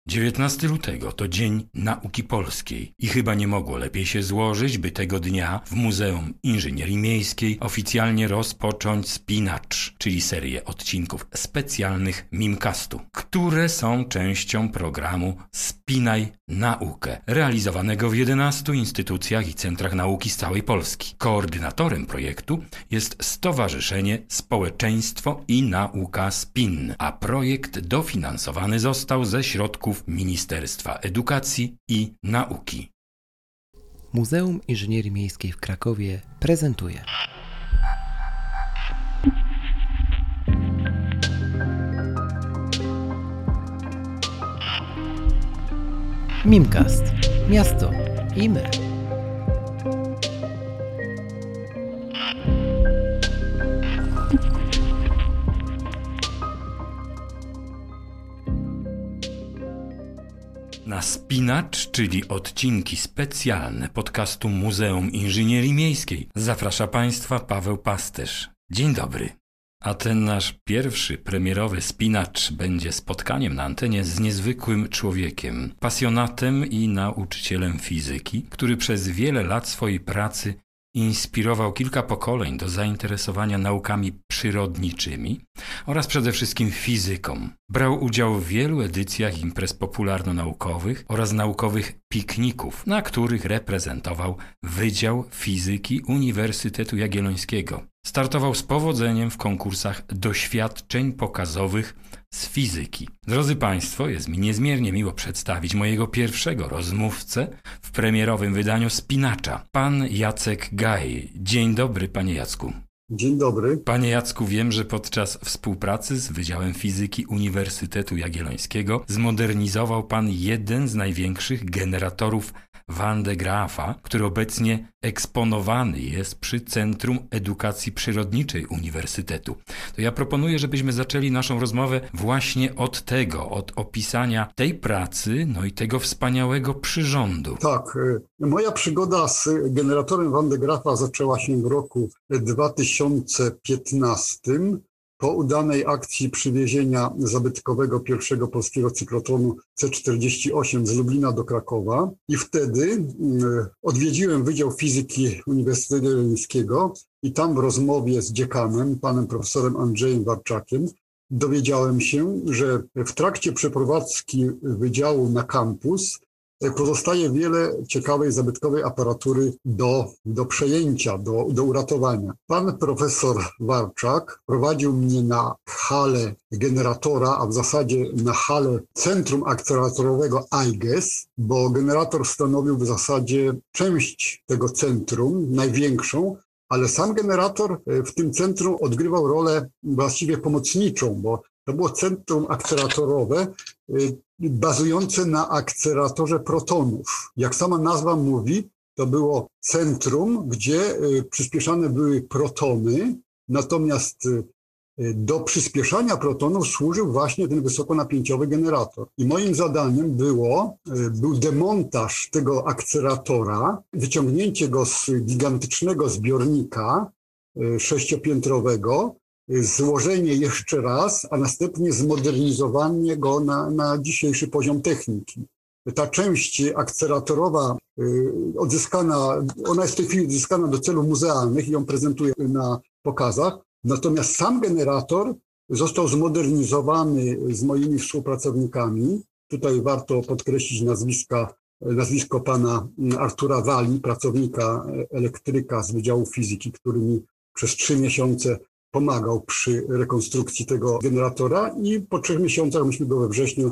19 lutego to Dzień Nauki Polskiej i chyba nie mogło lepiej się złożyć, by tego dnia w Muzeum Inżynierii Miejskiej oficjalnie rozpocząć Spinacz, czyli serię odcinków specjalnych Mimcastu, które są częścią programu Spinaj Naukę, realizowanego w 11 instytucjach i centrach nauki z całej Polski. Koordynatorem projektu jest Stowarzyszenie Społeczeństwo i Nauka SPIN, a projekt dofinansowany został ze środków Ministerstwa Edukacji i Nauki. Muzeum Inżynierii Miejskiej w Krakowie prezentuje Mimcast. Miasto i my. Na Spinacz, czyli odcinki specjalne podcastu Muzeum Inżynierii Miejskiej, zaprasza Państwa Paweł Pasterz. Dzień dobry. A ten nasz pierwszy premierowy Spinacz będzie spotkaniem na antenie z niezwykłym człowiekiem, pasjonatem i nauczycielem fizyki, który przez wiele lat swojej pracy inspirował kilka pokoleń do zainteresowania naukami przyrodniczymi oraz przede wszystkim fizyką. Brał udział w wielu edycjach imprez popularno-naukowych oraz naukowych pikników, na których reprezentował Wydział Fizyki Uniwersytetu Jagiellońskiego. Startował z powodzeniem w konkursach doświadczeń pokazowych z fizyki. Drodzy Państwo, jest mi niezmiernie miło przedstawić mojego pierwszego rozmówcę w premierowym wydaniu Spinacza, pan Jacek Gaj. Dzień dobry, panie Jacku. Dzień dobry. Panie Jacku, wiem, że podczas współpracy z Wydziałem Fizyki Uniwersytetu Jagiellońskiego zmodernizował pan jeden z największych generatorów Van de Graafa, który obecnie eksponowany jest przy Centrum Edukacji Przyrodniczej Uniwersytetu. To ja proponuję, żebyśmy zaczęli naszą rozmowę właśnie od tego, od opisania tej pracy, no i tego wspaniałego przyrządu. Tak, moja przygoda z generatorem Van de Graafa zaczęła się w roku 2015. Po udanej akcji przywiezienia zabytkowego pierwszego polskiego cyklotronu C48 z Lublina do Krakowa i wtedy odwiedziłem Wydział Fizyki Uniwersytetu Jagiellońskiego i tam w rozmowie z dziekanem, panem profesorem Andrzejem Warczakiem, dowiedziałem się, że w trakcie przeprowadzki wydziału na kampus pozostaje wiele ciekawej, zabytkowej aparatury do przejęcia, do uratowania. Pan profesor Warczak prowadził mnie na halę generatora, a w zasadzie na halę centrum akceleratorowego IGES, bo generator stanowił w zasadzie część tego centrum, największą, ale sam generator w tym centrum odgrywał rolę właściwie pomocniczą, bo to było centrum akceleratorowe bazujące na akceleratorze protonów. Jak sama nazwa mówi, to było centrum, gdzie przyspieszane były protony, natomiast do przyspieszania protonów służył właśnie ten wysokonapięciowy generator. I moim zadaniem był demontaż tego akceleratora, wyciągnięcie go z gigantycznego zbiornika sześciopiętrowego, złożenie jeszcze raz, a następnie zmodernizowanie go na dzisiejszy poziom techniki. Ta część akceleratorowa ona jest w tej chwili odzyskana do celów muzealnych i ją prezentuję na pokazach. Natomiast sam generator został zmodernizowany z moimi współpracownikami. Tutaj warto podkreślić nazwisko pana Artura Wali, pracownika elektryka z Wydziału Fizyki, który mi przez 3 miesiące pomagał przy rekonstrukcji tego generatora i po 3 miesiącach myśmy go we wrześniu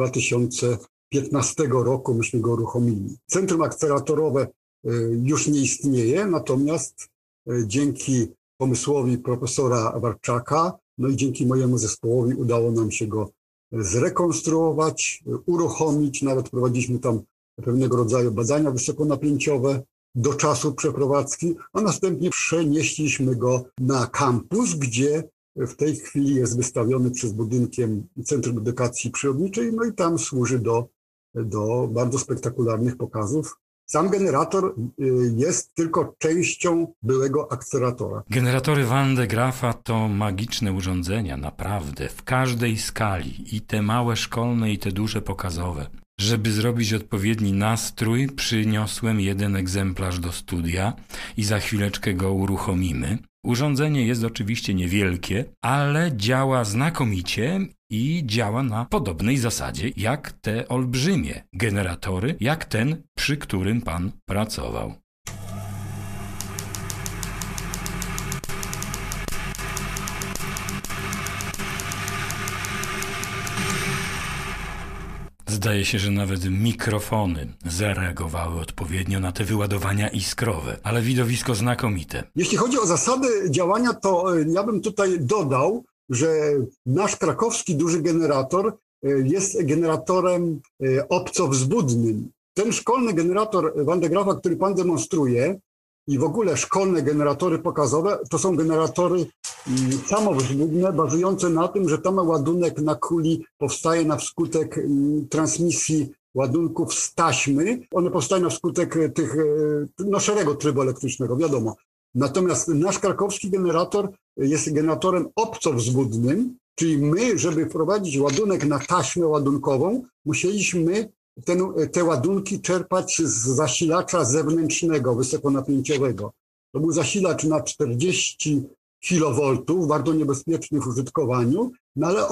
2015 roku myśmy go uruchomili. Centrum akceleratorowe już nie istnieje, natomiast dzięki pomysłowi profesora Warczaka, no i dzięki mojemu zespołowi udało nam się go zrekonstruować, uruchomić, nawet prowadziliśmy tam pewnego rodzaju badania wysokonapięciowe do czasu przeprowadzki, a następnie przenieśliśmy go na kampus, gdzie w tej chwili jest wystawiony przez budynkiem Centrum Edukacji Przyrodniczej, no i tam służy do bardzo spektakularnych pokazów Sam generator jest tylko częścią byłego akceleratora. Generatory Van de Graafa to magiczne urządzenia, naprawdę, w każdej skali, i te małe szkolne, i te duże pokazowe. Żeby zrobić odpowiedni nastrój, przyniosłem jeden egzemplarz do studia i za chwileczkę go uruchomimy. Urządzenie jest oczywiście niewielkie, ale działa znakomicie i działa na podobnej zasadzie jak te olbrzymie generatory, jak ten, przy którym pan pracował. Zdaje się, że nawet mikrofony zareagowały odpowiednio na te wyładowania iskrowe, ale widowisko znakomite. Jeśli chodzi o zasady działania, to ja bym tutaj dodał, że nasz krakowski duży generator jest generatorem obcowzbudnym. Ten szkolny generator Van de Graafa, który pan demonstruje, i w ogóle szkolne generatory pokazowe, to są generatory samowzbudne, bazujące na tym, że tam ładunek na kuli powstaje na wskutek transmisji ładunków z taśmy. One powstają na wskutek szarego trybu elektrycznego, wiadomo. Natomiast nasz krakowski generator jest generatorem obcowzbudnym, czyli my, żeby wprowadzić ładunek na taśmę ładunkową, musieliśmy te ładunki czerpać z zasilacza zewnętrznego, wysokonapięciowego. To był zasilacz na 40 kV, bardzo niebezpieczny w użytkowaniu, no ale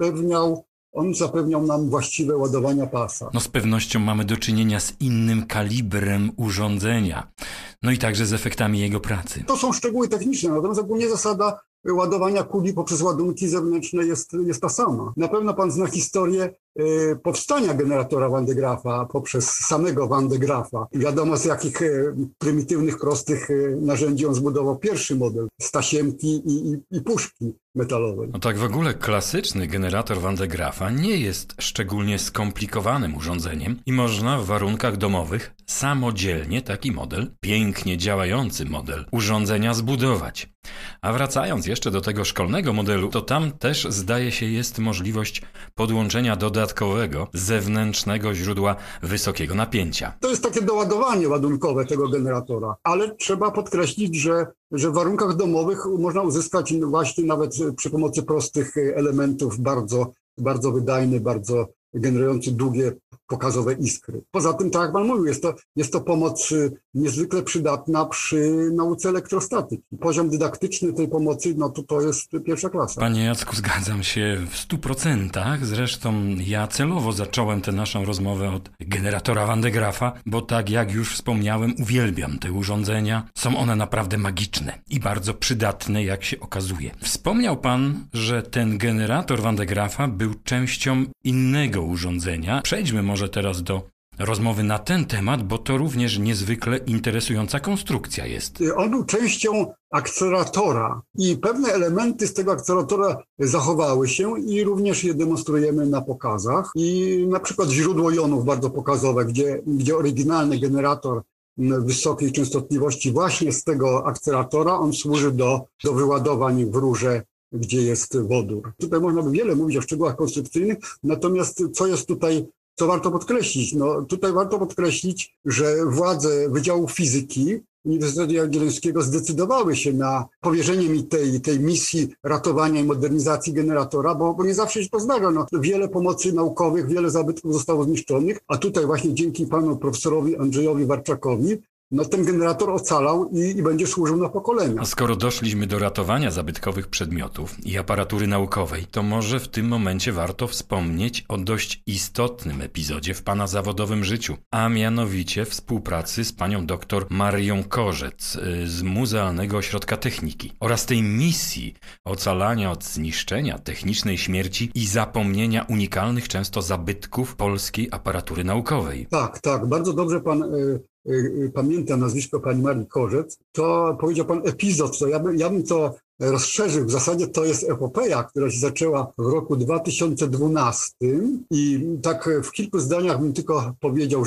on zapewniał nam właściwe ładowania pasa. No z pewnością mamy do czynienia z innym kalibrem urządzenia, no i także z efektami jego pracy. To są szczegóły techniczne, natomiast ogólnie zasada ładowania kuli poprzez ładunki zewnętrzne jest ta sama. Na pewno pan zna historię powstania generatora Van de Graafa poprzez samego Van de Graafa. Wiadomo, z jakich prymitywnych, prostych narzędzi on zbudował pierwszy model, z tasiemki i puszki metalowej. No tak w ogóle klasyczny generator Van de Graafa nie jest szczególnie skomplikowanym urządzeniem i można w warunkach domowych samodzielnie taki model, pięknie działający model urządzenia zbudować. A wracając jeszcze do tego szkolnego modelu, to tam też zdaje się jest możliwość podłączenia dodatkowego, zewnętrznego źródła wysokiego napięcia. To jest takie doładowanie ładunkowe tego generatora, ale trzeba podkreślić, że w warunkach domowych można uzyskać właśnie nawet przy pomocy prostych elementów bardzo wydajne, bardzo generujące długie pokazowe iskry. Poza tym, tak jak pan mówił, jest to pomoc niezwykle przydatna przy nauce elektrostatyki. Poziom dydaktyczny tej pomocy, no to jest pierwsza klasa. Panie Jacku, zgadzam się w 100%. Zresztą ja celowo zacząłem tę naszą rozmowę od generatora Van de Graafa, bo tak jak już wspomniałem, uwielbiam te urządzenia. Są one naprawdę magiczne i bardzo przydatne, jak się okazuje. Wspomniał pan, że ten generator Van de Graafa był częścią innego urządzenia. Przejdźmy może teraz do rozmowy na ten temat, bo to również niezwykle interesująca konstrukcja jest. On był częścią akceleratora i pewne elementy z tego akceleratora zachowały się i również je demonstrujemy na pokazach. I na przykład źródło jonów bardzo pokazowe, gdzie oryginalny generator wysokiej częstotliwości właśnie z tego akceleratora, on służy do wyładowań w rurze, gdzie jest wodór. Tutaj można by wiele mówić o szczegółach konstrukcyjnych, natomiast co warto podkreślić? No, tutaj warto podkreślić, że władze Wydziału Fizyki Uniwersytetu Jagiellońskiego zdecydowały się na powierzenie mi tej misji ratowania i modernizacji generatora, bo nie zawsze się to zdarza. No, wiele pomocy naukowych, wiele zabytków zostało zniszczonych, a tutaj właśnie dzięki panu profesorowi Andrzejowi Warczakowi ten generator ocalał i będzie służył na pokolenia. A skoro doszliśmy do ratowania zabytkowych przedmiotów i aparatury naukowej, to może w tym momencie warto wspomnieć o dość istotnym epizodzie w pana zawodowym życiu, a mianowicie współpracy z panią doktor Marią Korzec z Muzealnego Ośrodka Techniki oraz tej misji ocalania od zniszczenia, technicznej śmierci i zapomnienia unikalnych często zabytków polskiej aparatury naukowej. Tak, bardzo dobrze pan pamiętam nazwisko pani Marii Korzec, to powiedział pan epizod, to ja bym to rozszerzył. W zasadzie to jest epopeja, która się zaczęła w roku 2012 i tak w kilku zdaniach bym tylko powiedział,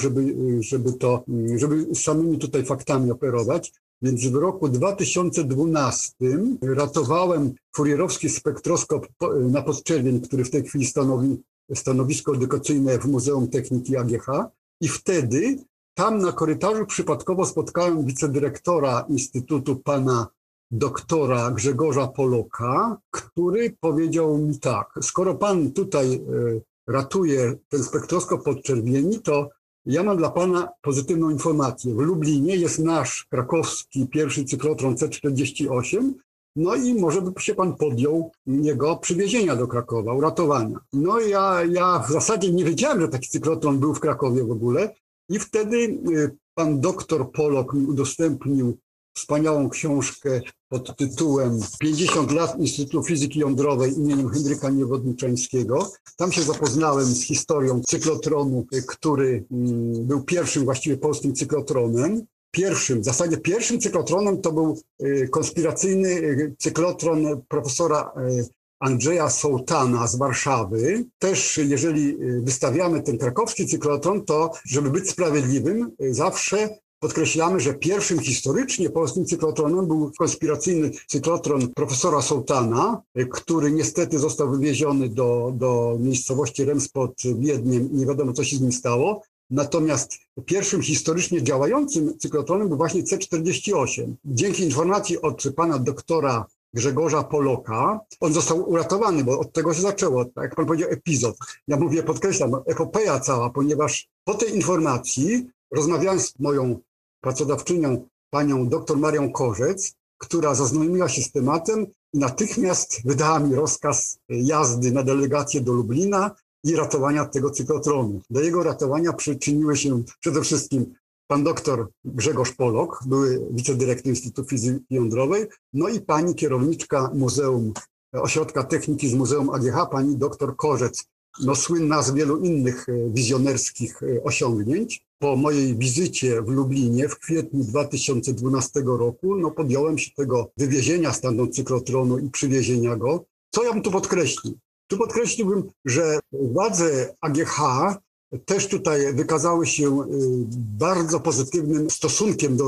żeby samymi tutaj faktami operować. Więc w roku 2012 ratowałem furierowski spektroskop na podczerwień, który w tej chwili stanowi stanowisko edukacyjne w Muzeum Techniki AGH i wtedy tam na korytarzu przypadkowo spotkałem wicedyrektora Instytutu, pana doktora Grzegorza Poloka, który powiedział mi tak: skoro pan tutaj ratuje ten spektroskop podczerwieni, to ja mam dla pana pozytywną informację. W Lublinie jest nasz krakowski pierwszy cyklotron C48, no i może by się pan podjął jego przywiezienia do Krakowa, uratowania. No ja w zasadzie nie wiedziałem, że taki cyklotron był w Krakowie w ogóle i wtedy pan doktor Polok mi udostępnił wspaniałą książkę pod tytułem 50 lat Instytutu Fizyki Jądrowej imieniem Henryka Niewodniczańskiego. Tam się zapoznałem z historią cyklotronu, który był pierwszym właściwie polskim cyklotronem. W zasadzie pierwszym cyklotronem to był konspiracyjny cyklotron profesora Andrzeja Sołtana z Warszawy. Też jeżeli wystawiamy ten krakowski cyklotron, to żeby być sprawiedliwym, zawsze podkreślamy, że pierwszym historycznie polskim cyklotronem był konspiracyjny cyklotron profesora Sołtana, który niestety został wywieziony do miejscowości Rems pod Wiedniem i nie wiadomo, co się z nim stało. Natomiast pierwszym historycznie działającym cyklotronem był właśnie C48. Dzięki informacji od pana doktora Grzegorza Poloka, on został uratowany, bo od tego się zaczęło, tak jak pan powiedział, epizod. Ja mówię, podkreślam, epopeja cała, ponieważ po tej informacji rozmawiałem z moją pracodawczynią, panią dr Marią Korzec, która zaznajomiła się z tematem i natychmiast wydała mi rozkaz jazdy na delegację do Lublina i ratowania tego cyklotronu. Do jego ratowania przyczyniły się przede wszystkim pan doktor Grzegorz Polok, były wicedyrektor Instytutu Fizyki Jądrowej, no i pani kierowniczka Muzeum Ośrodka Techniki z Muzeum AGH, pani doktor Korzec, słynna z wielu innych wizjonerskich osiągnięć. Po mojej wizycie w Lublinie w kwietniu 2012 roku podjąłem się tego wywiezienia stamtąd cyklotronu i przywiezienia go. Co ja bym tu podkreślił? Tu podkreśliłbym, że władze AGH też tutaj wykazały się bardzo pozytywnym stosunkiem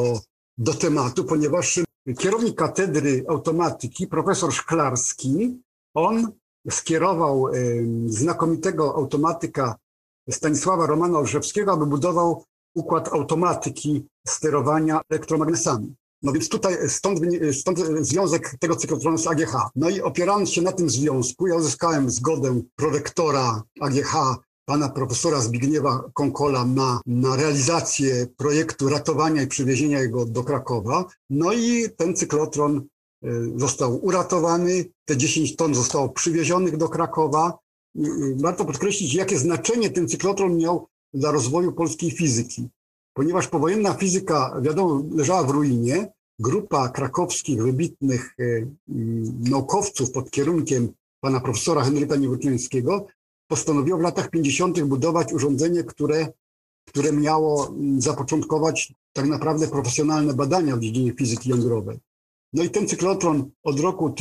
do tematu, ponieważ kierownik katedry automatyki, profesor Szklarski, on skierował znakomitego automatyka Stanisława Romana Olszewskiego, aby budował układ automatyki sterowania elektromagnesami. No więc tutaj stąd związek tego cyklotronu z AGH. No i opierając się na tym związku, ja uzyskałem zgodę prorektora AGH, pana profesora Zbigniewa Konkola na realizację projektu ratowania i przywiezienia jego do Krakowa. No i ten cyklotron został uratowany, te 10 ton zostało przywiezionych do Krakowa. Warto podkreślić, jakie znaczenie ten cyklotron miał dla rozwoju polskiej fizyki. Ponieważ powojenna fizyka, wiadomo, leżała w ruinie, grupa krakowskich wybitnych naukowców pod kierunkiem pana profesora Henryka Niewodniczańskiego postanowiło w latach 50. budować urządzenie, które miało zapoczątkować tak naprawdę profesjonalne badania w dziedzinie fizyki jądrowej. No i ten cyklotron od roku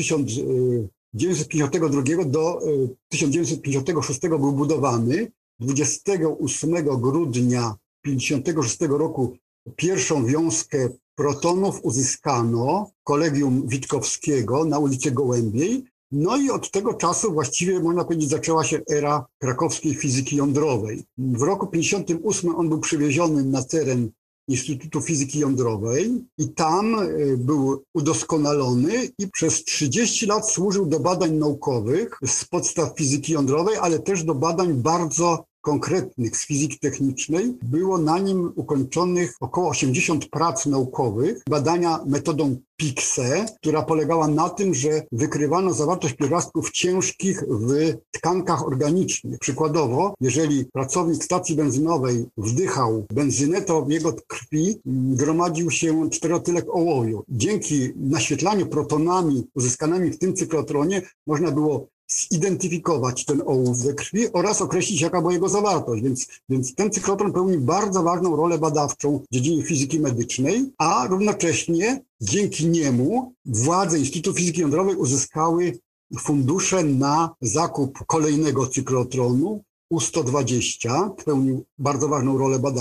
1952 do 1956 był budowany. 28 grudnia 1956 roku pierwszą wiązkę protonów uzyskano w Kolegium Witkowskiego na ulicy Gołębiej. No i od tego czasu właściwie, można powiedzieć, zaczęła się era krakowskiej fizyki jądrowej. W roku 1958 on był przywieziony na teren Instytutu Fizyki Jądrowej i tam był udoskonalony i przez 30 lat służył do badań naukowych z podstaw fizyki jądrowej, ale też do badań bardzo konkretnych z fizyki technicznej. Było na nim ukończonych około 80 prac naukowych, badania metodą PIXE, która polegała na tym, że wykrywano zawartość pierwiastków ciężkich w tkankach organicznych. Przykładowo, jeżeli pracownik stacji benzynowej wdychał benzynę, to w jego krwi gromadził się czterotylek ołowiu. Dzięki naświetlaniu protonami uzyskanymi w tym cyklotronie można było zidentyfikować ten ołów we krwi oraz określić, jaka była jego zawartość. Więc ten cyklotron pełni bardzo ważną rolę badawczą w dziedzinie fizyki medycznej, a równocześnie dzięki niemu władze Instytutu Fizyki Jądrowej uzyskały fundusze na zakup kolejnego cyklotronu U-120, pełnił bardzo ważną rolę badawczą.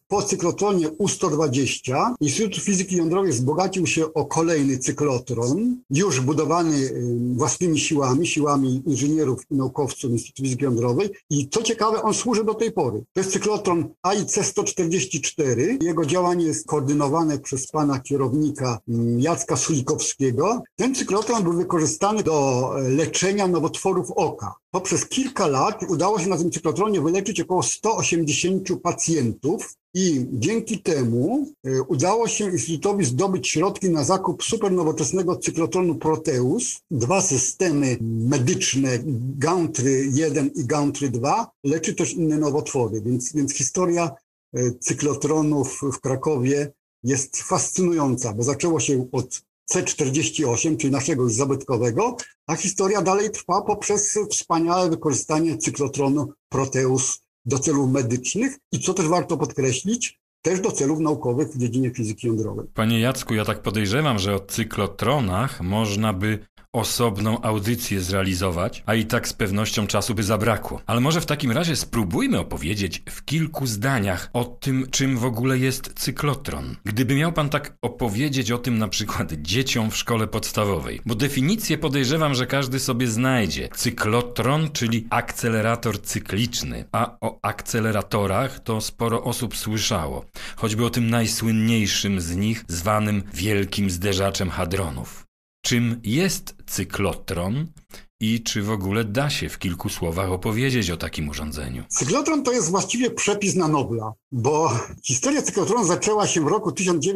Po cyklotronie U-120 Instytut Fizyki Jądrowej wzbogacił się o kolejny cyklotron, już budowany własnymi siłami inżynierów i naukowców Instytutu Fizyki Jądrowej. I co ciekawe, on służy do tej pory. To jest cyklotron AIC-144. Jego działanie jest koordynowane przez pana kierownika Jacka Sulikowskiego. Ten cyklotron był wykorzystany do leczenia nowotworów oka. Poprzez kilka lat udało się na tym cyklotronie wyleczyć około 180 pacjentów i dzięki temu udało się Instytutowi zdobyć środki na zakup supernowoczesnego cyklotronu Proteus. 2 systemy medyczne Gauntry 1 i Gauntry 2 leczy też inne nowotwory, więc historia cyklotronów w Krakowie jest fascynująca, bo zaczęło się od C48, czyli naszego już zabytkowego, a historia dalej trwa poprzez wspaniałe wykorzystanie cyklotronu Proteus do celów medycznych i co też warto podkreślić, też do celów naukowych w dziedzinie fizyki jądrowej. Panie Jacku, ja tak podejrzewam, że o cyklotronach można by osobną audycję zrealizować, a i tak z pewnością czasu by zabrakło. Ale może w takim razie spróbujmy opowiedzieć w kilku zdaniach o tym, czym w ogóle jest cyklotron. Gdyby miał pan tak opowiedzieć o tym na przykład dzieciom w szkole podstawowej, bo definicję podejrzewam, że każdy sobie znajdzie. Cyklotron, czyli akcelerator cykliczny, a o akceleratorach to sporo osób słyszało, choćby o tym najsłynniejszym z nich, zwanym Wielkim Zderzaczem Hadronów. Czym jest cyklotron i czy w ogóle da się w kilku słowach opowiedzieć o takim urządzeniu? Cyklotron to jest właściwie przepis na Nobla, bo historia cyklotronu zaczęła się w roku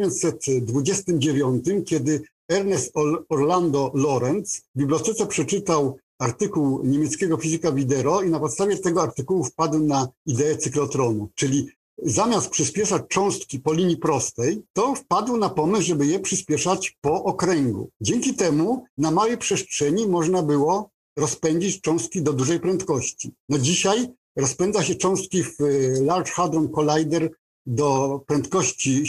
1929, kiedy Ernest Orlando Lorentz w bibliotece przeczytał artykuł niemieckiego fizyka Widero i na podstawie tego artykułu wpadł na ideę cyklotronu, czyli zamiast przyspieszać cząstki po linii prostej, to wpadł na pomysł, żeby je przyspieszać po okręgu. Dzięki temu na małej przestrzeni można było rozpędzić cząstki do dużej prędkości. No dzisiaj rozpędza się cząstki w Large Hadron Collider do prędkości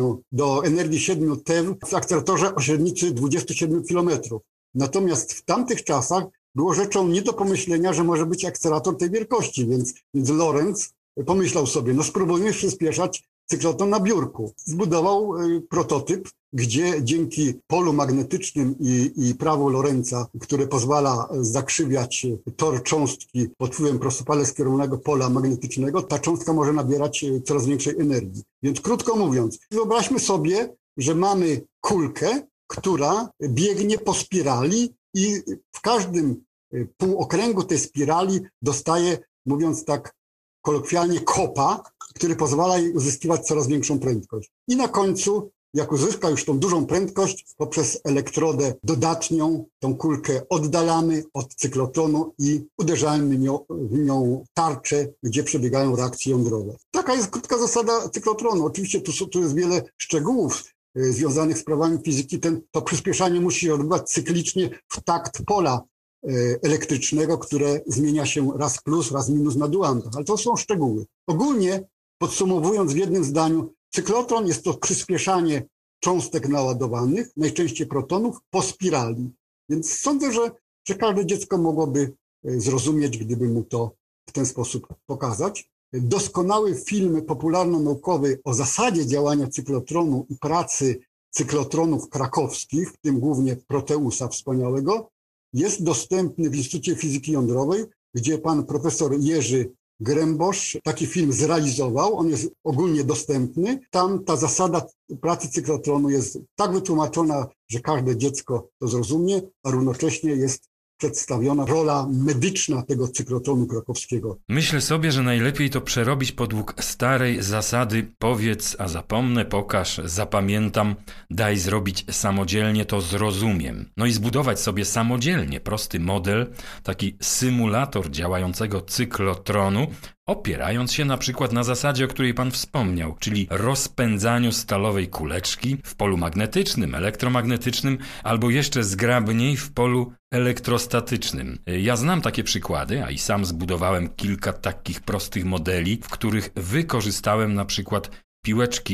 do energii 7 TeV w akceleratorze o średnicy 27 km. Natomiast w tamtych czasach było rzeczą nie do pomyślenia, że może być akcelerator tej wielkości, więc Lorentz pomyślał sobie, no spróbujmy przyspieszać cyklotron na biurku. Zbudował prototyp, gdzie dzięki polu magnetycznym i prawu Lorentza, które pozwala zakrzywiać tor cząstki pod wpływem prostopale skierowanego pola magnetycznego, ta cząstka może nabierać coraz większej energii. Więc krótko mówiąc, wyobraźmy sobie, że mamy kulkę, która biegnie po spirali i w każdym półokręgu tej spirali dostaje, mówiąc tak kolokwialnie, kopa, który pozwala jej uzyskiwać coraz większą prędkość. I na końcu, jak uzyska już tą dużą prędkość, poprzez elektrodę dodatnią tą kulkę oddalamy od cyklotronu i uderzamy w nią tarczę, gdzie przebiegają reakcje jądrowe. Taka jest krótka zasada cyklotronu. Oczywiście tu jest wiele szczegółów związanych z prawami fizyki. To przyspieszanie musi się odbywać cyklicznie w takt pola elektrycznego, które zmienia się raz plus, raz minus na duantach, ale to są szczegóły. Ogólnie, podsumowując w jednym zdaniu, cyklotron jest to przyspieszanie cząstek naładowanych, najczęściej protonów, po spirali. Więc sądzę, że każde dziecko mogłoby zrozumieć, gdyby mu to w ten sposób pokazać. Doskonały film popularno-naukowy o zasadzie działania cyklotronu i pracy cyklotronów krakowskich, w tym głównie Proteusa wspaniałego, jest dostępny w Instytucie Fizyki Jądrowej, gdzie pan profesor Jerzy Grębosz taki film zrealizował. On jest ogólnie dostępny. Tam ta zasada pracy cyklotronu jest tak wytłumaczona, że każde dziecko to zrozumie, a równocześnie jest przedstawiona rola medyczna tego cyklotronu krakowskiego. Myślę sobie, że najlepiej to przerobić podług starej zasady powiedz, a zapomnę, pokaż, zapamiętam, daj zrobić samodzielnie, to zrozumiem. No i zbudować sobie samodzielnie prosty model, taki symulator działającego cyklotronu, opierając się na przykład na zasadzie, o której pan wspomniał, czyli rozpędzaniu stalowej kuleczki w polu magnetycznym, elektromagnetycznym albo jeszcze zgrabniej w polu elektrostatycznym. Ja znam takie przykłady, a i sam zbudowałem kilka takich prostych modeli, w których wykorzystałem na przykład piłeczki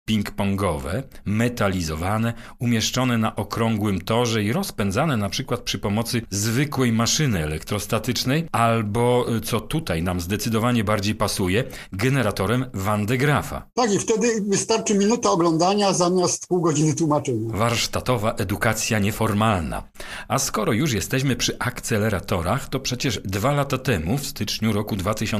ping-pongowe, metalizowane, umieszczone na okrągłym torze i rozpędzane na przykład przy pomocy zwykłej maszyny elektrostatycznej albo, co tutaj nam zdecydowanie bardziej pasuje, generatorem Van de Graafa. Tak, i wtedy wystarczy minuta oglądania zamiast pół godziny tłumaczenia. Warsztatowa edukacja nieformalna. A skoro już jesteśmy przy akceleratorach, to przecież 2 lata temu, w styczniu roku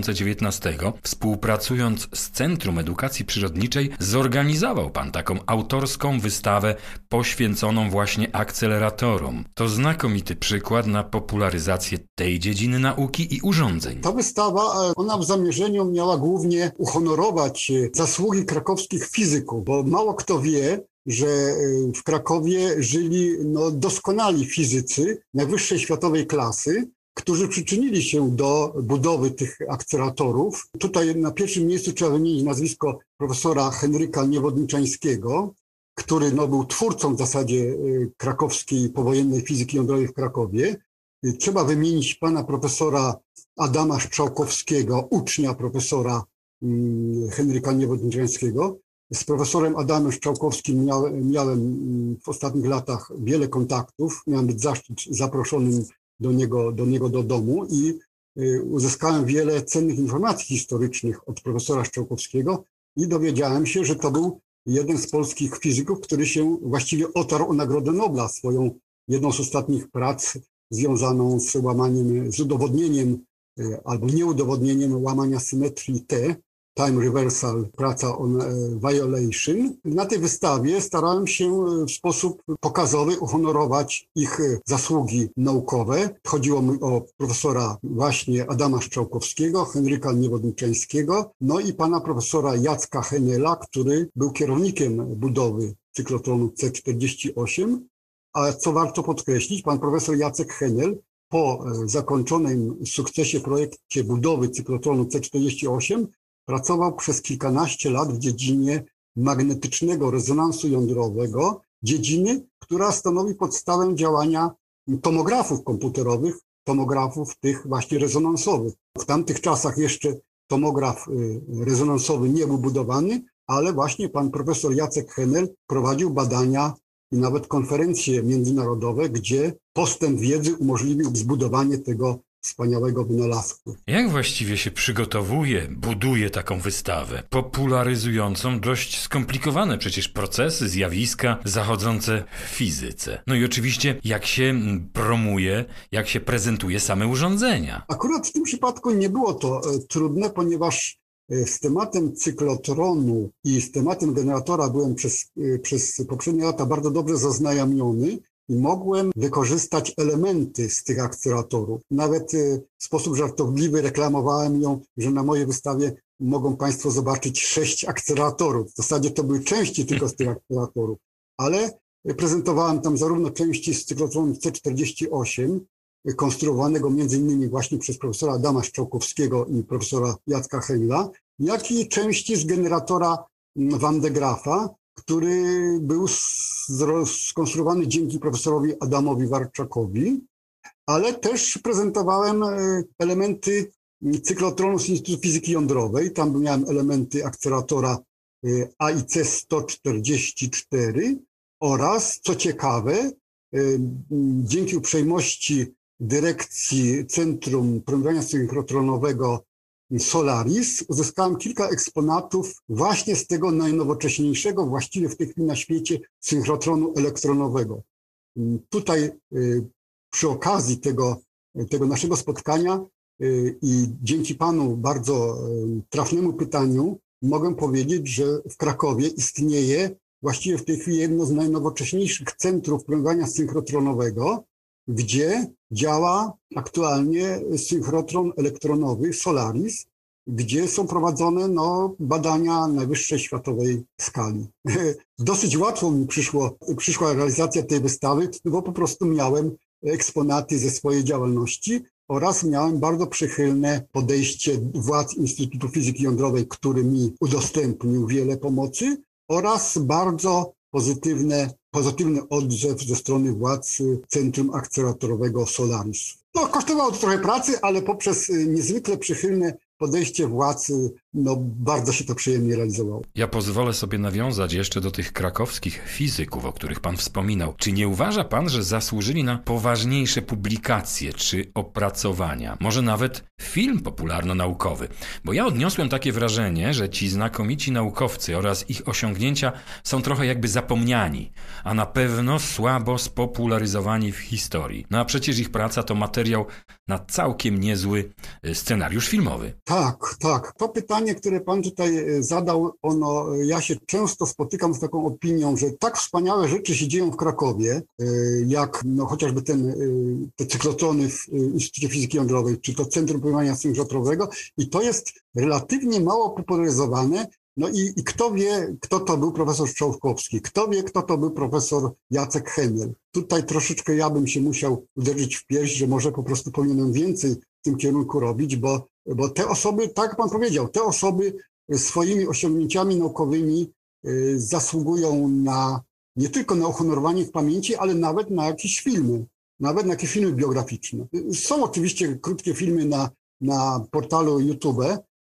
2019, współpracując z Centrum Edukacji Przyrodniczej, zorganizował pan taką autorską wystawę poświęconą właśnie akceleratorom. To znakomity przykład na popularyzację tej dziedziny nauki i urządzeń. Ta wystawa, ona w zamierzeniu miała głównie uhonorować zasługi krakowskich fizyków, bo mało kto wie, że w Krakowie żyli doskonali fizycy najwyższej światowej klasy, którzy przyczynili się do budowy tych akceleratorów. Tutaj na pierwszym miejscu trzeba wymienić nazwisko profesora Henryka Niewodniczańskiego, który był twórcą w zasadzie krakowskiej powojennej fizyki jądrowej w Krakowie. Trzeba wymienić pana profesora Adama Strzałkowskiego, ucznia profesora Henryka Niewodniczańskiego. Z profesorem Adamem Strzałkowskim miałem w ostatnich latach wiele kontaktów. Miałem być zaszczyt zaproszonym do niego do domu i uzyskałem wiele cennych informacji historycznych od profesora Strzałkowskiego i dowiedziałem się, że to był jeden z polskich fizyków, który się właściwie otarł o Nagrodę Nobla, swoją jedną z ostatnich prac związaną z udowodnieniem albo nieudowodnieniem łamania symetrii T, Time Reversal, praca on Violation. Na tej wystawie starałem się w sposób pokazowy uhonorować ich zasługi naukowe. Chodziło mi o profesora właśnie Adama Strzałkowskiego, Henryka Niewodniczańskiego, i pana profesora Jacka Henela, który był kierownikiem budowy cyklotronu C48. A co warto podkreślić, pan profesor Jacek Henel po zakończonym sukcesie projekcie budowy cyklotronu C48 pracował przez kilkanaście lat w dziedzinie magnetycznego rezonansu jądrowego, dziedziny, która stanowi podstawę działania tomografów komputerowych, tomografów tych właśnie rezonansowych. W tamtych czasach jeszcze tomograf rezonansowy nie był budowany, ale właśnie pan profesor Jacek Henel prowadził badania i nawet konferencje międzynarodowe, gdzie postęp wiedzy umożliwił zbudowanie tego wspaniałego wynalazku. Jak właściwie się przygotowuje, buduje taką wystawę, popularyzującą dość skomplikowane przecież procesy, zjawiska zachodzące w fizyce? I oczywiście jak się promuje, jak się prezentuje same urządzenia. Akurat w tym przypadku nie było to trudne, ponieważ z tematem cyklotronu i z tematem generatora byłem przez poprzednie lata bardzo dobrze zaznajomiony i mogłem wykorzystać elementy z tych akceleratorów. Nawet w sposób żartobliwy reklamowałem ją, że na mojej wystawie mogą Państwo zobaczyć 6 akceleratorów. W zasadzie to były części tylko z tych akceleratorów, ale prezentowałem tam zarówno części z cyklotronu C48, konstruowanego między innymi właśnie przez profesora Adama Strzałkowskiego i profesora Jacka Henela, jak i części z generatora Van de Graafa, który był skonstruowany dzięki profesorowi Adamowi Warczakowi, ale też prezentowałem elementy cyklotronu z Instytutu Fizyki Jądrowej. Tam miałem elementy akceleratora AIC-144 oraz, co ciekawe, dzięki uprzejmości dyrekcji Centrum Promieniowania Synchrotronowego Solaris uzyskałem kilka eksponatów właśnie z tego najnowocześniejszego właściwie w tej chwili na świecie synchrotronu elektronowego. Tutaj przy okazji tego naszego spotkania i dzięki panu bardzo trafnemu pytaniu mogę powiedzieć, że w Krakowie istnieje właściwie w tej chwili jedno z najnowocześniejszych centrów promieniowania synchrotronowego, gdzie działa aktualnie synchrotron elektronowy Solaris, gdzie są prowadzone badania najwyższej światowej skali. Dosyć łatwo mi przyszła realizacja tej wystawy, bo po prostu miałem eksponaty ze swojej działalności oraz miałem bardzo przychylne podejście władz Instytutu Fizyki Jądrowej, który mi udostępnił wiele pomocy, oraz bardzo pozytywny odzew ze strony władz Centrum Akceleratorowego Solaris. Kosztowało to trochę pracy, ale poprzez niezwykle przychylne podejście władz bardzo się to przyjemnie realizowało. Ja pozwolę sobie nawiązać jeszcze do tych krakowskich fizyków, o których pan wspominał. Czy nie uważa pan, że zasłużyli na poważniejsze publikacje czy opracowania? Może nawet film popularno-naukowy? Bo ja odniosłem takie wrażenie, że ci znakomici naukowcy oraz ich osiągnięcia są trochę jakby zapomniani, a na pewno słabo spopularyzowani w historii. No a przecież ich praca to materiał na całkiem niezły scenariusz filmowy. Tak. To pytanie, które pan tutaj zadał, ja się często spotykam z taką opinią, że tak wspaniałe rzeczy się dzieją w Krakowie, jak chociażby te cyklotrony w Instytucie Fizyki Jądrowej, czy to Centrum Pływania Synchrotrowego, i to jest relatywnie mało popularyzowane. No i kto wie, kto to był profesor Strzałkowski, kto wie, kto to był profesor Jacek Henel. Tutaj troszeczkę ja bym się musiał uderzyć w pierś, że może po prostu powinienem więcej w tym kierunku robić, bo te osoby, tak jak pan powiedział, te osoby swoimi osiągnięciami naukowymi zasługują nie tylko na uhonorowanie ich pamięci, ale nawet na jakieś filmy biograficzne. Są oczywiście krótkie filmy na portalu YouTube,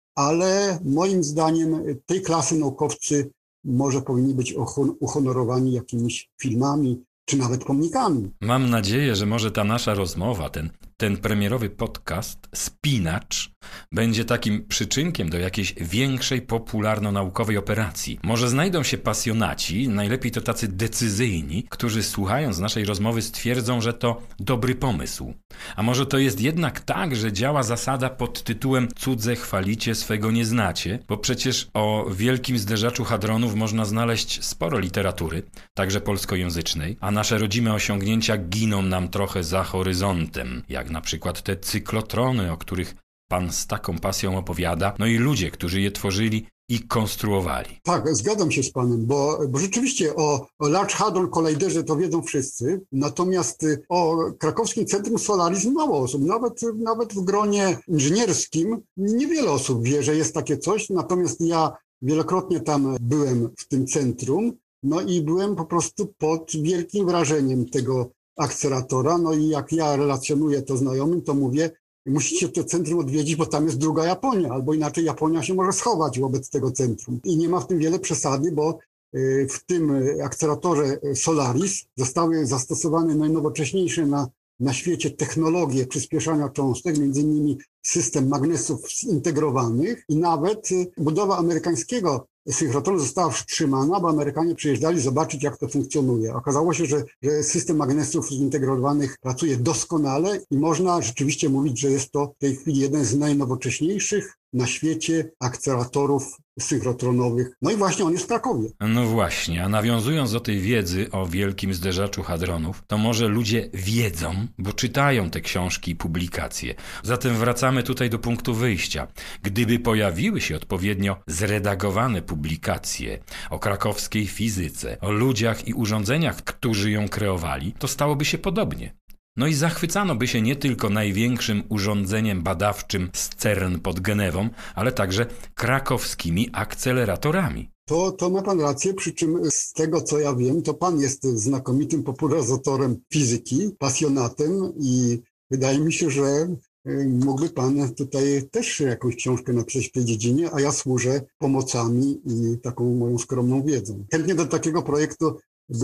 ale moim zdaniem tej klasy naukowcy może powinni być uhonorowani jakimiś filmami, czy nawet pomnikami. Mam nadzieję, że może ta nasza rozmowa, ten premierowy podcast Spinacz będzie takim przyczynkiem do jakiejś większej popularno-naukowej operacji. Może znajdą się pasjonaci, najlepiej to tacy decyzyjni, którzy słuchając naszej rozmowy stwierdzą, że to dobry pomysł. A może to jest jednak tak, że działa zasada pod tytułem cudze chwalicie, swego nie znacie, bo przecież o wielkim zderzaczu hadronów można znaleźć sporo literatury, także polskojęzycznej, a nasze rodzime osiągnięcia giną nam trochę za horyzontem, jak na przykład te cyklotrony, o których pan z taką pasją opowiada, no i ludzie, którzy je tworzyli i konstruowali. Tak, zgadzam się z panem, bo rzeczywiście o Large Hadron Colliderze to wiedzą wszyscy, natomiast o krakowskim Centrum Solaris mało osób, nawet w gronie inżynierskim niewiele osób wie, że jest takie coś, natomiast ja wielokrotnie tam byłem w tym centrum, no i byłem po prostu pod wielkim wrażeniem tego akceleratora, no i jak ja relacjonuję to znajomym, to mówię, musicie to centrum odwiedzić, bo tam jest druga Japonia, albo inaczej Japonia się może schować wobec tego centrum. I nie ma w tym wiele przesady, bo w tym akceleratorze Solaris zostały zastosowane najnowocześniejsze na świecie technologie przyspieszania cząstek, między innymi system magnesów zintegrowanych i nawet budowa amerykańskiego synchrotronu została wstrzymana, bo Amerykanie przyjeżdżali zobaczyć, jak to funkcjonuje. Okazało się, że system magnesów zintegrowanych pracuje doskonale i można rzeczywiście mówić, że jest to w tej chwili jeden z najnowocześniejszych na świecie akceleratorów synchrotronowych. No i właśnie on jest w Krakowie. No właśnie, a nawiązując do tej wiedzy o wielkim zderzaczu hadronów, to może ludzie wiedzą, bo czytają te książki i publikacje. Zatem wracamy tutaj do punktu wyjścia. Gdyby pojawiły się odpowiednio zredagowane publikacje o krakowskiej fizyce, o ludziach i urządzeniach, którzy ją kreowali, to stałoby się podobnie. No i zachwycano by się nie tylko największym urządzeniem badawczym z CERN pod Genewą, ale także krakowskimi akceleratorami. To ma pan rację, przy czym z tego co ja wiem, to pan jest znakomitym popularyzatorem fizyki, pasjonatem i wydaje mi się, że mógłby pan tutaj też jakąś książkę napisać w tej dziedzinie, a ja służę pomocami i taką moją skromną wiedzą. Chętnie do takiego projektu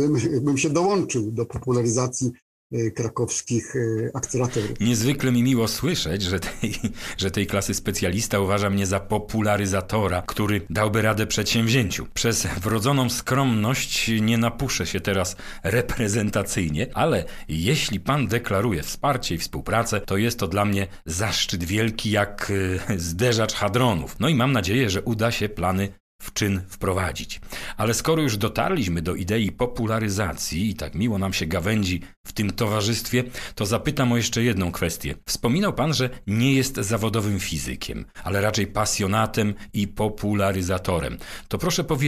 bym się dołączył do popularyzacji krakowskich akceleratorów. Niezwykle mi miło słyszeć, że tej klasy specjalista uważa mnie za popularyzatora, który dałby radę przedsięwzięciu. Przez wrodzoną skromność nie napuszę się teraz reprezentacyjnie, ale jeśli pan deklaruje wsparcie i współpracę, to jest to dla mnie zaszczyt wielki jak zderzacz hadronów. No i mam nadzieję, że uda się plany w czyn wprowadzić. Ale skoro już dotarliśmy do idei popularyzacji i tak miło nam się gawędzi w tym towarzystwie, to zapytam o jeszcze jedną kwestię. Wspominał pan, że nie jest zawodowym fizykiem, ale raczej pasjonatem i popularyzatorem. To proszę powiedzieć,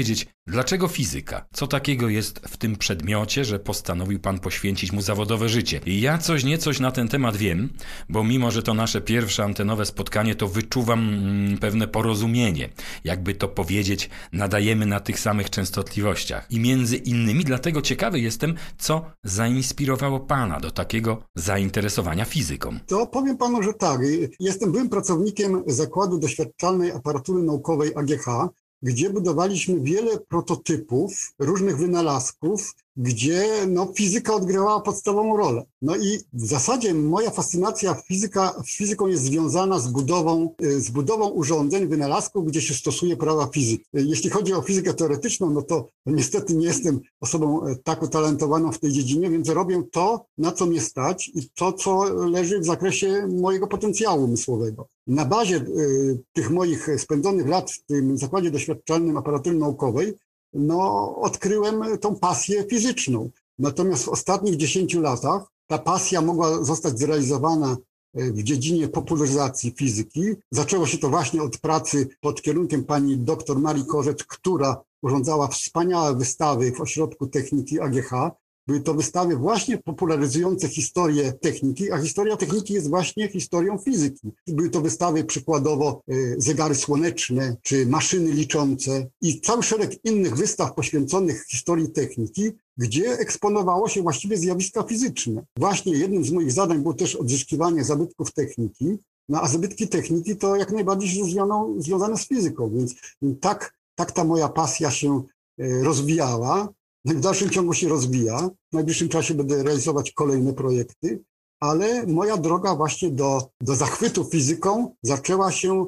Dlaczego fizyka? Co takiego jest w tym przedmiocie, że postanowił pan poświęcić mu zawodowe życie? Ja coś niecoś na ten temat wiem, bo mimo, że to nasze pierwsze antenowe spotkanie, to wyczuwam pewne porozumienie. Jakby to powiedzieć, nadajemy na tych samych częstotliwościach. I między innymi dlatego ciekawy jestem, co zainspirowało pana do takiego zainteresowania fizyką. To powiem panu, że tak. Byłem pracownikiem Zakładu Doświadczalnej Aparatury Naukowej AGH, gdzie budowaliśmy wiele prototypów różnych wynalazków, gdzie fizyka odgrywała podstawową rolę. No i w zasadzie moja fascynacja fizyką jest związana z budową urządzeń, wynalazków, gdzie się stosuje prawa fizyki. Jeśli chodzi o fizykę teoretyczną, no to niestety nie jestem osobą tak utalentowaną w tej dziedzinie, więc robię to, na co mnie stać i to, co leży w zakresie mojego potencjału umysłowego. Na bazie tych moich spędzonych lat w tym Zakładzie Doświadczalnym Aparatury Naukowej odkryłem tą pasję fizyczną. Natomiast w ostatnich 10 latach ta pasja mogła zostać zrealizowana w dziedzinie popularyzacji fizyki. Zaczęło się to właśnie od pracy pod kierunkiem pani dr Marii Korzec, która urządzała wspaniałe wystawy w Ośrodku Techniki AGH. Były to wystawy właśnie popularyzujące historię techniki, a historia techniki jest właśnie historią fizyki. Były to wystawy przykładowo zegary słoneczne czy maszyny liczące i cały szereg innych wystaw poświęconych historii techniki, gdzie eksponowało się właściwie zjawiska fizyczne. Właśnie jednym z moich zadań było też odzyskiwanie zabytków techniki, a zabytki techniki to jak najbardziej związane z fizyką, więc tak ta moja pasja się rozwijała. W dalszym ciągu się rozwija. W najbliższym czasie będę realizować kolejne projekty, ale moja droga właśnie do zachwytu fizyką zaczęła się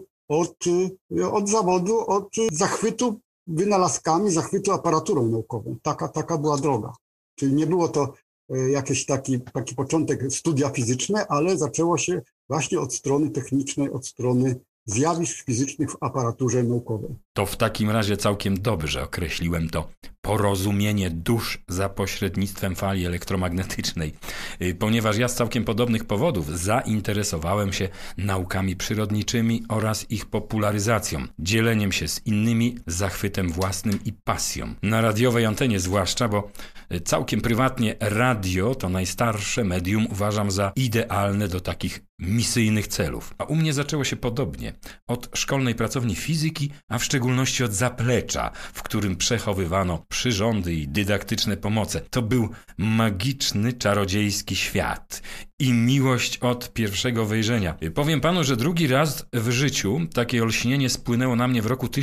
od zawodu, od zachwytu wynalazkami, zachwytu aparaturą naukową. Taka była droga. Czyli nie było to jakiś taki początek studia fizyczne, ale zaczęło się właśnie od strony technicznej, od strony zjawisk fizycznych w aparaturze naukowej. To w takim razie całkiem dobrze określiłem to porozumienie dusz za pośrednictwem fali elektromagnetycznej, ponieważ ja z całkiem podobnych powodów zainteresowałem się naukami przyrodniczymi oraz ich popularyzacją, dzieleniem się z innymi, zachwytem własnym i pasją. Na radiowej antenie zwłaszcza, bo całkiem prywatnie radio to najstarsze medium uważam za idealne do takich misyjnych celów. A u mnie zaczęło się podobnie. Od szkolnej pracowni fizyki, a w szczególności od zaplecza, w którym przechowywano przyrządy i dydaktyczne pomoce. To był magiczny, czarodziejski świat i miłość od pierwszego wejrzenia. Powiem panu, że drugi raz w życiu takie olśnienie spłynęło na mnie w roku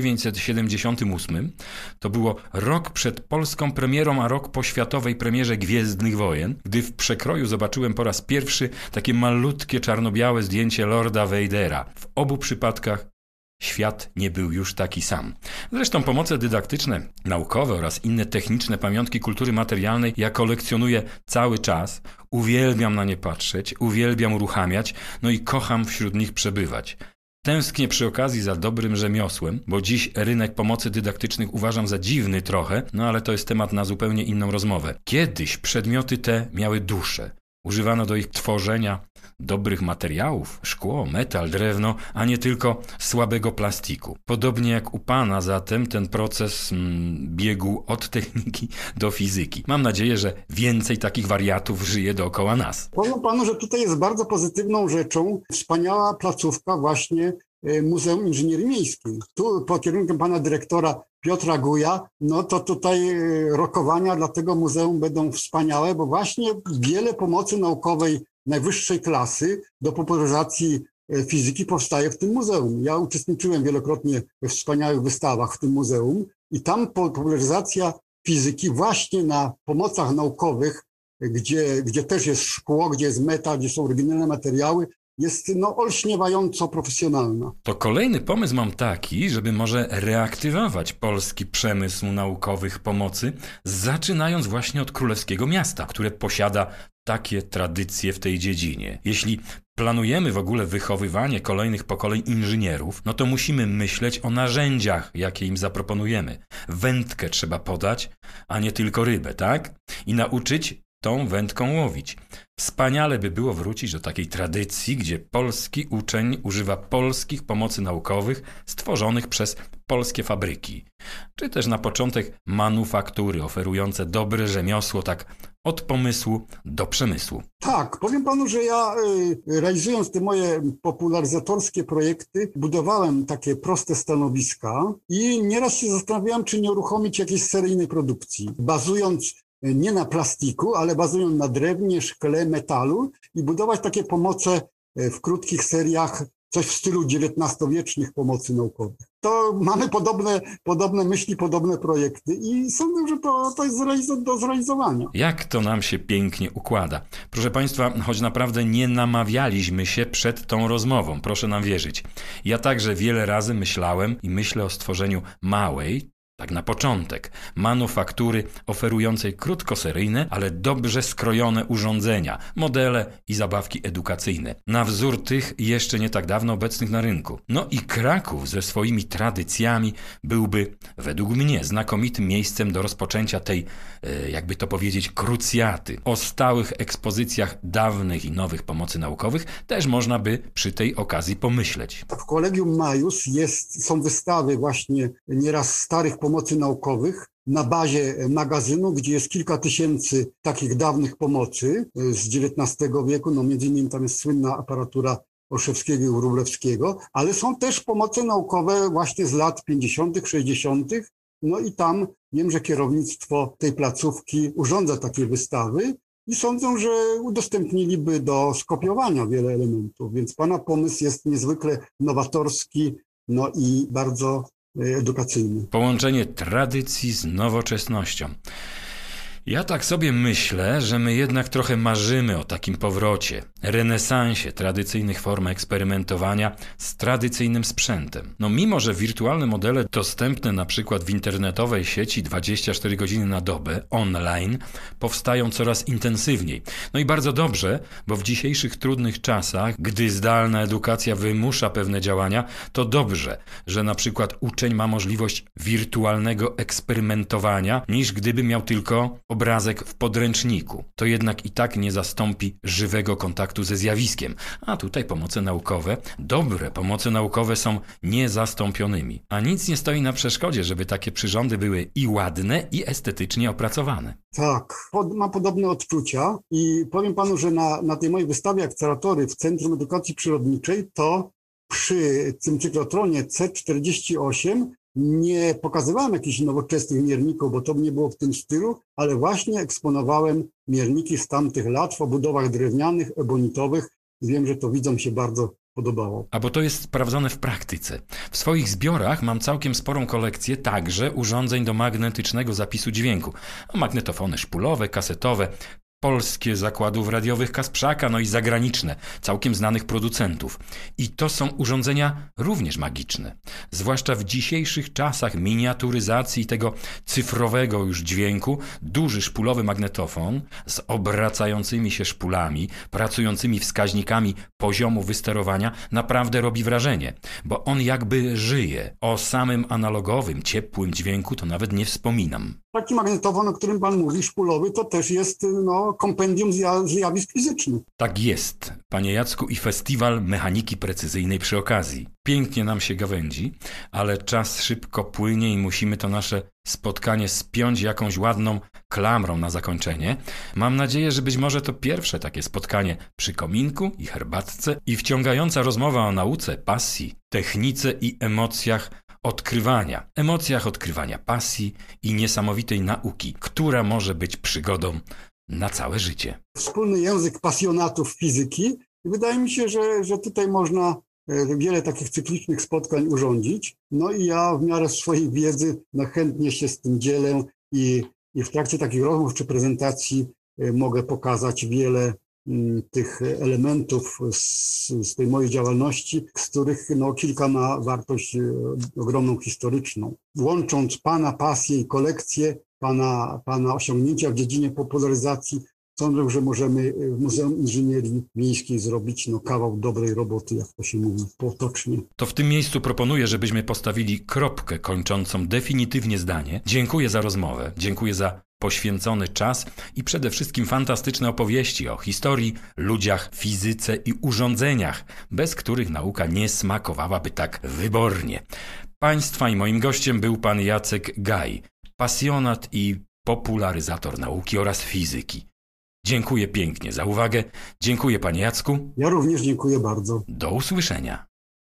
1978. To było rok przed polską premierą, a rok po światowej premierze Gwiezdnych Wojen, gdy w przekroju zobaczyłem po raz pierwszy takie malutkie czarno-białe zdjęcie Lorda Vadera. W obu przypadkach świat nie był już taki sam. Zresztą pomoce dydaktyczne, naukowe oraz inne techniczne pamiątki kultury materialnej ja kolekcjonuję cały czas. Uwielbiam na nie patrzeć, uwielbiam uruchamiać, i kocham wśród nich przebywać. Tęsknię przy okazji za dobrym rzemiosłem, bo dziś rynek pomocy dydaktycznych uważam za dziwny trochę, ale to jest temat na zupełnie inną rozmowę. Kiedyś przedmioty te miały duszę. Używano do ich tworzenia dobrych materiałów, szkło, metal, drewno, a nie tylko słabego plastiku. Podobnie jak u pana zatem ten proces biegł od techniki do fizyki. Mam nadzieję, że więcej takich wariatów żyje dookoła nas. Powiem panu, że tutaj jest bardzo pozytywną rzeczą wspaniała placówka właśnie Muzeum Inżynierii Miejskiej. Tu pod kierunkiem pana dyrektora Piotra Guja, to tutaj rokowania dla tego muzeum będą wspaniałe, bo właśnie wiele pomocy naukowej najwyższej klasy do popularyzacji fizyki powstaje w tym muzeum. Ja uczestniczyłem wielokrotnie we wspaniałych wystawach w tym muzeum i tam popularyzacja fizyki właśnie na pomocach naukowych, gdzie też jest szkło, gdzie jest metal, gdzie są oryginalne materiały, jest olśniewająco profesjonalna. To kolejny pomysł mam taki, żeby może reaktywować polski przemysł naukowych pomocy, zaczynając właśnie od Królewskiego Miasta, które posiada takie tradycje w tej dziedzinie. Jeśli planujemy w ogóle wychowywanie kolejnych pokoleń inżynierów, to musimy myśleć o narzędziach, jakie im zaproponujemy. Wędkę trzeba podać, a nie tylko rybę, tak? I nauczyć tą wędką łowić. Wspaniale by było wrócić do takiej tradycji, gdzie polski uczeń używa polskich pomocy naukowych stworzonych przez polskie fabryki. Czy też na początek manufaktury oferujące dobre rzemiosło, tak od pomysłu do przemysłu. Tak, powiem panu, że ja realizując te moje popularyzatorskie projekty, budowałem takie proste stanowiska i nieraz się zastanawiałem, czy nie uruchomić jakiejś seryjnej produkcji, bazując nie na plastiku, ale bazując na drewnie, szkle, metalu i budować takie pomoce w krótkich seriach, coś w stylu XIX-wiecznych pomocy naukowych. To mamy podobne myśli, podobne projekty i sądzę, że to jest do zrealizowania. Jak to nam się pięknie układa. Proszę Państwa, choć naprawdę nie namawialiśmy się przed tą rozmową, proszę nam wierzyć. Ja także wiele razy myślałem i myślę o stworzeniu małej, tak na początek, manufaktury oferującej krótkoseryjne, ale dobrze skrojone urządzenia, modele i zabawki edukacyjne, na wzór tych jeszcze nie tak dawno obecnych na rynku. No i Kraków ze swoimi tradycjami byłby, według mnie, znakomitym miejscem do rozpoczęcia tej, jakby to powiedzieć, krucjaty. O stałych ekspozycjach dawnych i nowych pomocy naukowych też można by przy tej okazji pomyśleć. W Collegium Maius są wystawy właśnie nieraz starych pomocy naukowych na bazie magazynu, gdzie jest kilka tysięcy takich dawnych pomocy z XIX wieku, no między innymi tam jest słynna aparatura Olszewskiego i Wróblewskiego, ale są też pomoce naukowe właśnie z lat 50., 60., no i tam wiem, że kierownictwo tej placówki urządza takie wystawy i sądzę, że udostępniliby do skopiowania wiele elementów, więc pana pomysł jest niezwykle nowatorski, no i bardzo edukacyjny. Połączenie tradycji z nowoczesnością. Ja tak sobie myślę, że my jednak trochę marzymy o takim powrocie, renesansie tradycyjnych form eksperymentowania z tradycyjnym sprzętem. No mimo, że wirtualne modele dostępne na przykład w internetowej sieci 24 godziny na dobę, online, powstają coraz intensywniej. No i bardzo dobrze, bo w dzisiejszych trudnych czasach, gdy zdalna edukacja wymusza pewne działania, to dobrze, że na przykład uczeń ma możliwość wirtualnego eksperymentowania, niż gdyby miał tylko obrazek w podręczniku. To jednak i tak nie zastąpi żywego kontaktu ze zjawiskiem. A tutaj pomoce naukowe, dobre pomoce naukowe są niezastąpionymi. A nic nie stoi na przeszkodzie, żeby takie przyrządy były i ładne, i estetycznie opracowane. Tak, mam podobne odczucia i powiem panu, że na tej mojej wystawie akceleratory w Centrum Edukacji Przyrodniczej to przy tym cyklotronie C48 nie pokazywałem jakichś nowoczesnych mierników, bo to nie było w tym stylu, ale właśnie eksponowałem mierniki z tamtych lat w obudowach drewnianych, ebonitowych. Wiem, że to widzom się bardzo podobało. A bo to jest sprawdzone w praktyce. W swoich zbiorach mam całkiem sporą kolekcję także urządzeń do magnetycznego zapisu dźwięku. Magnetofony szpulowe, kasetowe, polskie zakładów radiowych Kasprzaka, no i zagraniczne, całkiem znanych producentów. I to są urządzenia również magiczne. Zwłaszcza w dzisiejszych czasach miniaturyzacji tego cyfrowego już dźwięku, duży szpulowy magnetofon z obracającymi się szpulami, pracującymi wskaźnikami poziomu wysterowania naprawdę robi wrażenie, bo on jakby żyje. O samym analogowym, ciepłym dźwięku to nawet nie wspominam. Taki magnetofon, o którym pan mówi, szpulowy, to też jest kompendium zjawisk fizycznych. Tak jest, panie Jacku, i festiwal mechaniki precyzyjnej przy okazji. Pięknie nam się gawędzi, ale czas szybko płynie i musimy to nasze spotkanie spiąć jakąś ładną klamrą na zakończenie. Mam nadzieję, że być może to pierwsze takie spotkanie przy kominku i herbatce i wciągająca rozmowa o nauce, pasji, technice i emocjach odkrywania pasji i niesamowitej nauki, która może być przygodą na całe życie. Wspólny język pasjonatów fizyki. Wydaje mi się, że tutaj można wiele takich cyklicznych spotkań urządzić. No i ja w miarę swojej wiedzy chętnie się z tym dzielę i w trakcie takich rozmów czy prezentacji mogę pokazać wiele tych elementów z tej mojej działalności, z których kilka ma wartość ogromną historyczną. Łącząc pana pasję i kolekcję, pana osiągnięcia w dziedzinie popularyzacji, sądzę, że możemy w Muzeum Inżynierii Miejskiej zrobić kawał dobrej roboty, jak to się mówi potocznie. To w tym miejscu proponuję, żebyśmy postawili kropkę kończącą definitywnie zdanie. Dziękuję za rozmowę, dziękuję za poświęcony czas i przede wszystkim fantastyczne opowieści o historii, ludziach, fizyce i urządzeniach, bez których nauka nie smakowałaby tak wybornie. Państwa i moim gościem był pan Jacek Gaj, pasjonat i popularyzator nauki oraz fizyki. Dziękuję pięknie za uwagę. Dziękuję panie Jacku. Ja również dziękuję bardzo. Do usłyszenia.